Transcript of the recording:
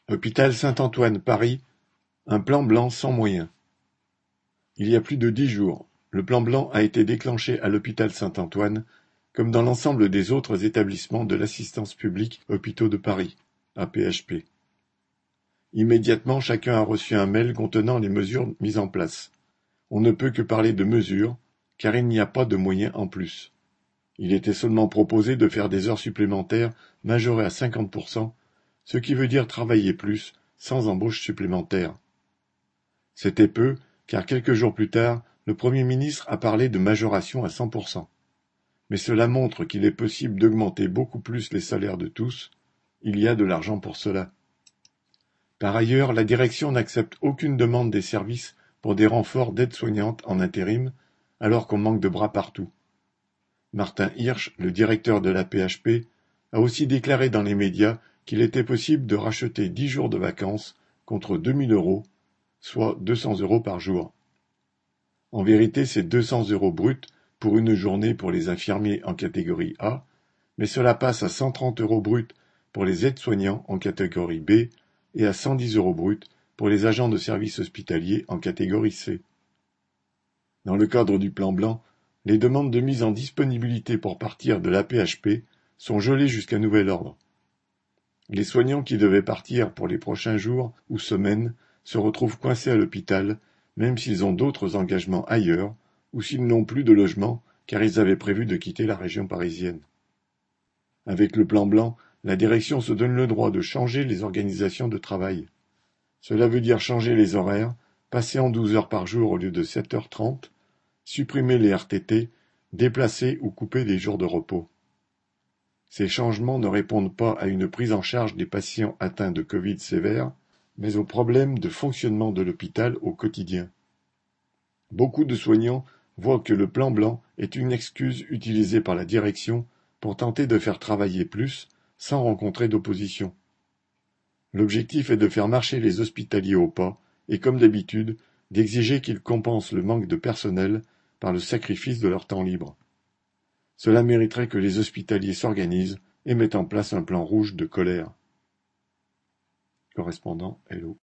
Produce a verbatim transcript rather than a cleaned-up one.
Hôpital Saint-Antoine Paris, un plan blanc sans moyens. Il y a plus de dix jours, le plan blanc a été déclenché à l'hôpital Saint-Antoine, comme dans l'ensemble des autres établissements de l'Assistance publique Hôpitaux de Paris, A P H P. Immédiatement, chacun a reçu un mail contenant les mesures mises en place. On ne peut que parler de mesures, car il n'y a pas de moyens en plus. Il était seulement proposé de faire des heures supplémentaires majorées à cinquante pour cent, ce qui veut dire travailler plus, sans embauche supplémentaire. C'était peu, car quelques jours plus tard, le Premier ministre a parlé de majoration à cent pour cent. Mais cela montre qu'il est possible d'augmenter beaucoup plus les salaires de tous. Il y a de l'argent pour cela. Par ailleurs, la direction n'accepte aucune demande des services pour des renforts d'aides-soignantes en intérim, alors qu'on manque de bras partout. Martin Hirsch, le directeur de l'A P H P, a aussi déclaré dans les médias qu'il était possible de racheter dix jours de vacances contre deux mille euros, soit deux cents euros par jour. En vérité, c'est deux cents euros bruts pour une journée pour les infirmiers en catégorie A, mais cela passe à cent trente euros bruts pour les aides-soignants en catégorie B et à cent dix euros bruts pour les agents de service hospitalier en catégorie C. Dans le cadre du plan blanc, les demandes de mise en disponibilité pour partir de l'A P H P sont gelées jusqu'à nouvel ordre. Les soignants qui devaient partir pour les prochains jours ou semaines se retrouvent coincés à l'hôpital, même s'ils ont d'autres engagements ailleurs, ou s'ils n'ont plus de logement, car ils avaient prévu de quitter la région parisienne. Avec le plan blanc, la direction se donne le droit de changer les organisations de travail. Cela veut dire changer les horaires, passer en douze heures par jour au lieu de sept heures trente, supprimer les R T T, déplacer ou couper des jours de repos. Ces changements ne répondent pas à une prise en charge des patients atteints de Covid sévère, mais aux problèmes de fonctionnement de l'hôpital au quotidien. Beaucoup de soignants voient que le plan blanc est une excuse utilisée par la direction pour tenter de faire travailler plus sans rencontrer d'opposition. L'objectif est de faire marcher les hospitaliers au pas et, comme d'habitude, d'exiger qu'ils compensent le manque de personnel par le sacrifice de leur temps libre. Cela mériterait que les hospitaliers s'organisent et mettent en place un plan rouge de colère. Correspondant Hello.